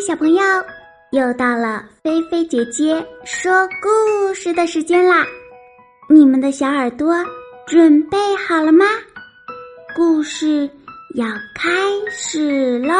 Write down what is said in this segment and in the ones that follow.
小朋友，又到了菲菲姐姐说故事的时间啦！你们的小耳朵准备好了吗？故事要开始喽！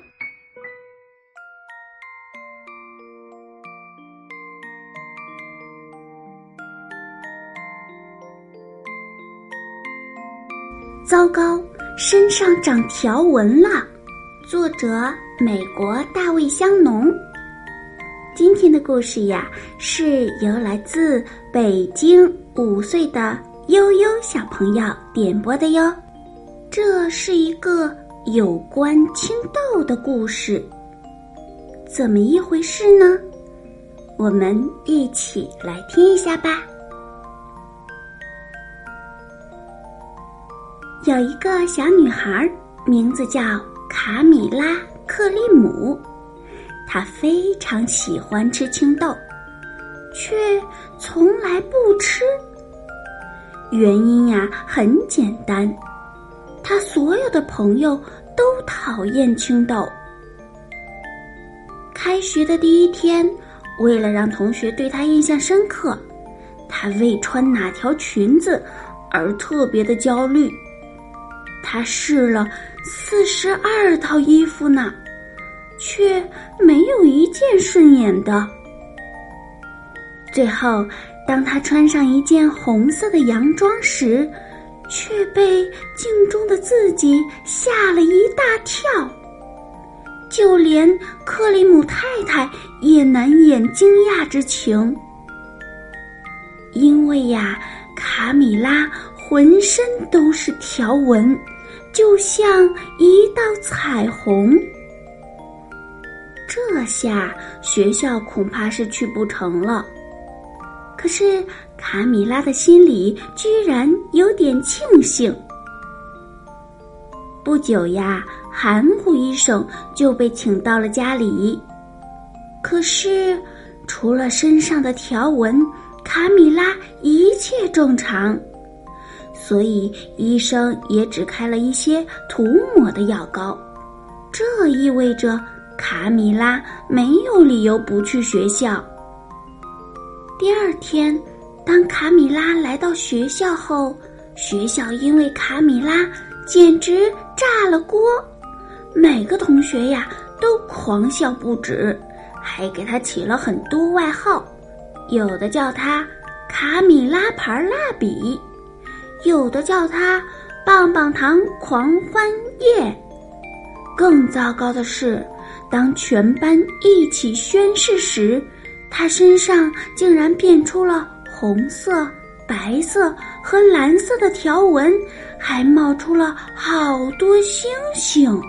糟糕，身上长条纹了。作者美国大卫香农。今天的故事呀，是由来自北京5岁的悠悠小朋友点播的哟。这是一个有关青豆的故事，怎么一回事呢？我们一起来听一下吧。有一个小女孩，名字叫卡米拉·克利姆，她非常喜欢吃青豆，却从来不吃。原因呀，很简单，她所有的朋友都讨厌青豆。开学的第一天，为了让同学对她印象深刻，她为穿哪条裙子而特别的焦虑。她试了42套衣服呢，却没有一件顺眼的。最后，当她穿上一件红色的洋装时，却被镜中的自己吓了一大跳。就连克里姆太太也难掩惊讶之情，因为呀，卡米拉浑身都是条纹，就像一道彩虹。这下学校恐怕是去不成了。可是卡米拉的心里居然有点庆幸。不久呀，含糊医生就被请到了家里。可是除了身上的条纹，卡米拉一切正常，所以医生也只开了一些涂抹的药膏。这意味着卡米拉没有理由不去学校。第二天，当卡米拉来到学校后，学校因为卡米拉简直炸了锅，每个同学呀都狂笑不止，还给她起了很多外号，有的叫她卡米拉牌蜡笔，有的叫她棒棒糖狂欢夜。更糟糕的是，当全班一起宣誓时，她身上竟然变出了红色、白色和蓝色的条纹，还冒出了好多星星。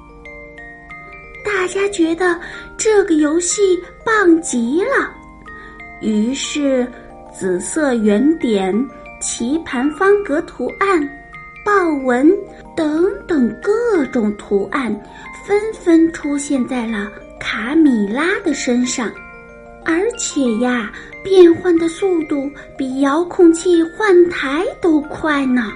大家觉得这个游戏棒极了，于是紫色圆点、棋盘方格图案、豹纹等等各种图案纷纷出现在了卡米拉的身上，而且呀，变换的速度比遥控器换台都快呢。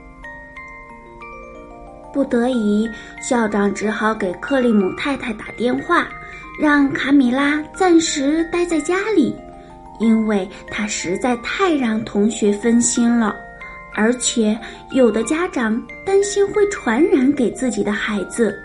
不得已，校长只好给克利姆太太打电话，让卡米拉暂时待在家里，因为她实在太让同学分心了，而且有的家长担心会传染给自己的孩子。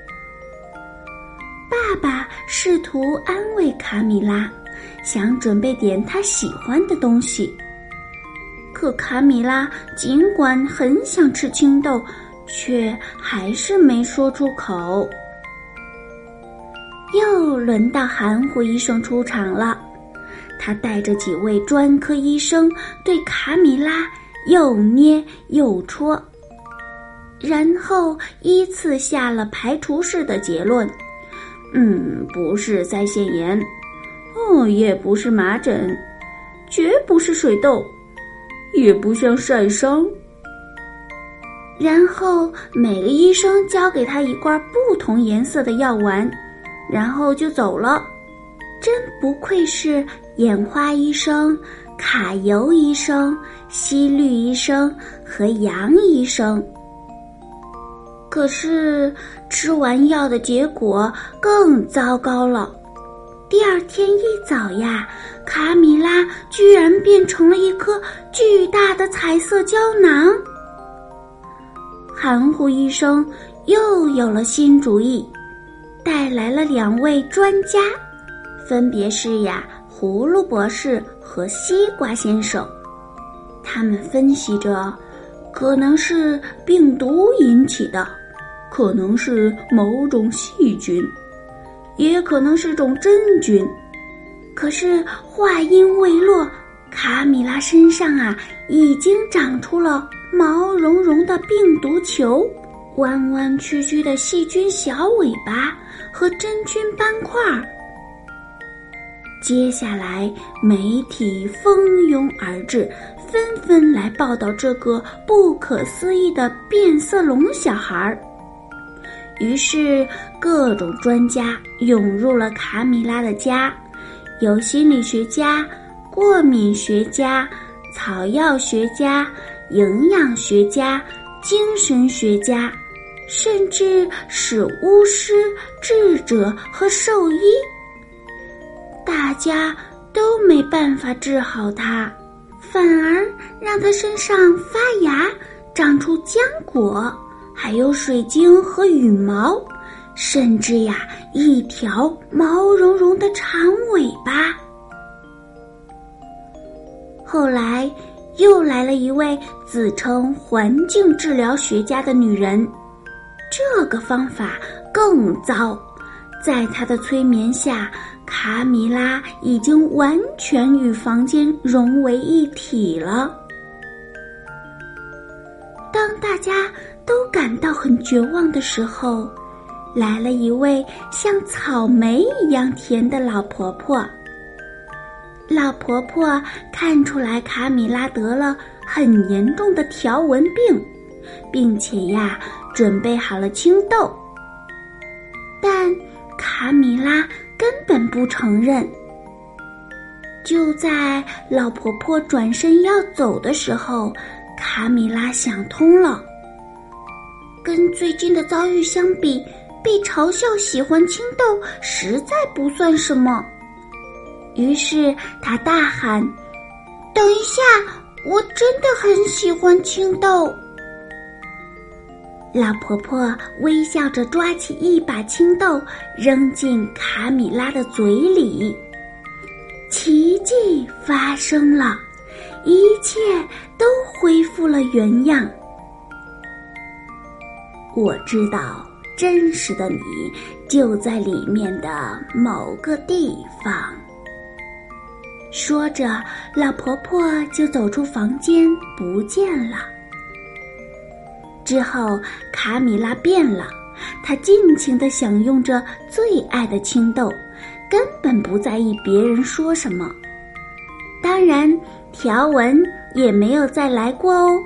爸爸试图安慰卡米拉，想准备点她喜欢的东西，可卡米拉尽管很想吃青豆，却还是没说出口。又轮到含糊医生出场了，他带着几位专科医生对卡米拉又捏又戳，然后依次下了排除式的结论。不是腮腺炎，也不是麻疹，绝不是水痘，也不像晒伤。然后每个医生交给他一罐不同颜色的药丸，然后就走了。真不愧是眼花医生、卡尤医生、西律医生和杨医生。 可是吃完药的结果更糟糕了。第二天一早呀，卡米拉居然变成了一颗巨大的彩色胶囊。含糊医生又有了新主意，带来了2位专家，分别是葫芦博士和西瓜先生。他们分析着，可能是病毒引起的，可能是某种细菌，也可能是种真菌。可是话音未落，卡米拉身上已经长出了毛茸茸的病毒球，弯弯曲曲的细菌小尾巴和真菌斑块。接下来媒体蜂拥而至，纷纷来报道这个不可思议的变色龙小孩。于是各种专家涌入了卡米拉的家，有心理学家、过敏学家、草药学家、营养学家、精神学家，甚至是巫师、智者和兽医。大家都没办法治好他，反而让他身上发芽，长出浆果，还有水晶和羽毛，甚至一条毛茸茸的长尾巴。后来又来了一位自称环境治疗学家的女人，这个方法更糟。在她的催眠下，卡米拉已经完全与房间融为一体了。当大家都感到很绝望的时候，来了一位像草莓一样甜的老婆婆。老婆婆看出来卡米拉得了很严重的条纹病，并且准备好了青豆，但卡米拉根本不承认。就在老婆婆转身要走的时候，卡米拉想通了，跟最近的遭遇相比，被嘲笑喜欢青豆实在不算什么。于是她大喊：“等一下，我真的很喜欢青豆。”老婆婆微笑着抓起一把青豆，扔进卡米拉的嘴里。奇迹发生了，一切都恢复了原样。我知道真实的你就在里面的某个地方。说着，老婆婆就走出房间不见了。之后卡米拉变了，她尽情地享用着最爱的青豆，根本不在意别人说什么。当然条纹也没有再来过哦。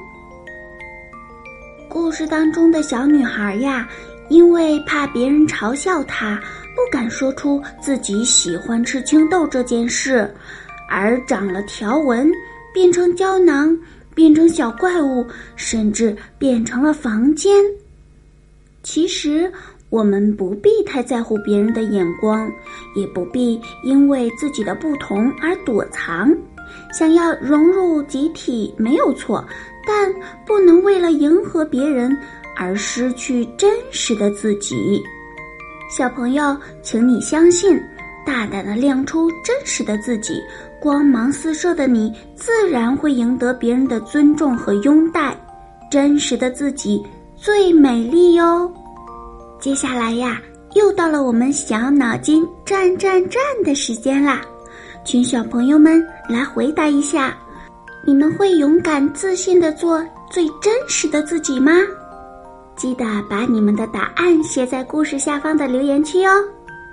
故事当中的小女孩因为怕别人嘲笑她，不敢说出自己喜欢吃青豆这件事，而长了条纹，变成胶囊，变成小怪物，甚至变成了房间。其实我们不必太在乎别人的眼光，也不必因为自己的不同而躲藏。想要融入集体没有错，但不能为了迎合别人而失去真实的自己。小朋友，请你相信，大胆地亮出真实的自己，光芒四射的你自然会赢得别人的尊重和拥戴。真实的自己最美丽哟。接下来又到了我们小脑筋转转转的时间啦，请小朋友们来回答一下，你们会勇敢自信地做最真实的自己吗？记得把你们的答案写在故事下方的留言区哦。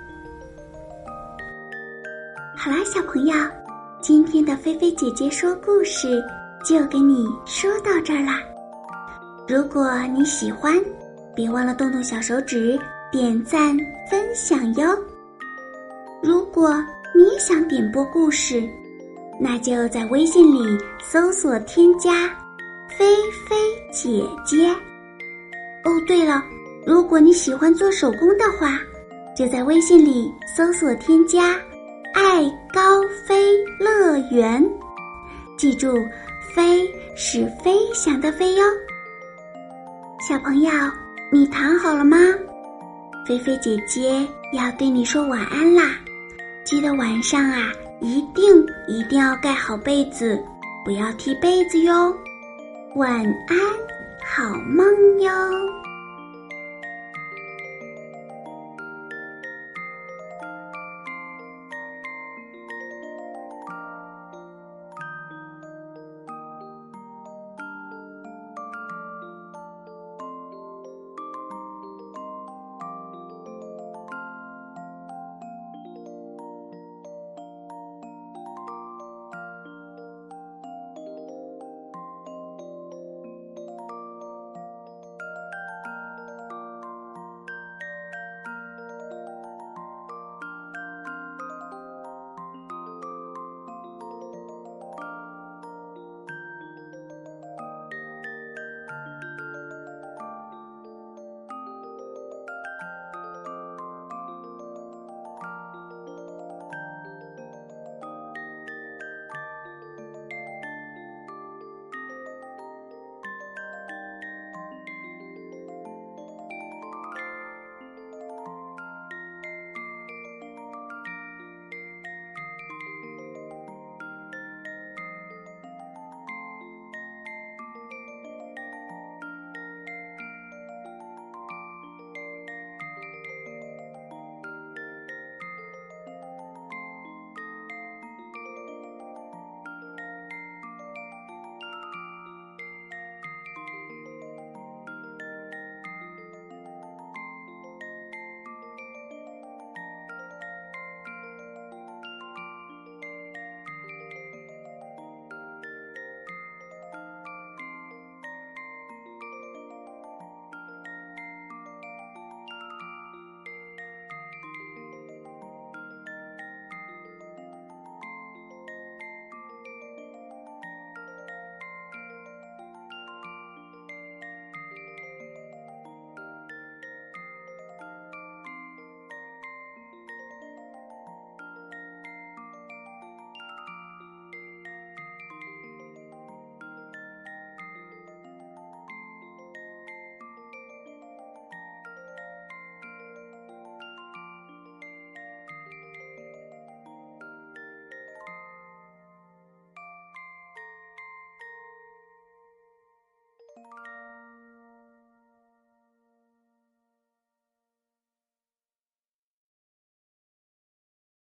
好啦，小朋友，今天的菲菲姐姐说故事就给你说到这儿啦。如果你喜欢，别忘了动动小手指点赞分享哟。如果你也想点播故事，那就在微信里搜索添加菲菲姐姐。哦，对了， 如果你喜欢做手工的话，就在微信里搜索添加爱高飞乐园，记住飞是飞翔的飞哟。小朋友，你躺好了吗？菲菲姐姐要对你说晚安啦，记得晚上啊，一定要盖好被子，不要踢被子哟。晚安，好梦哟。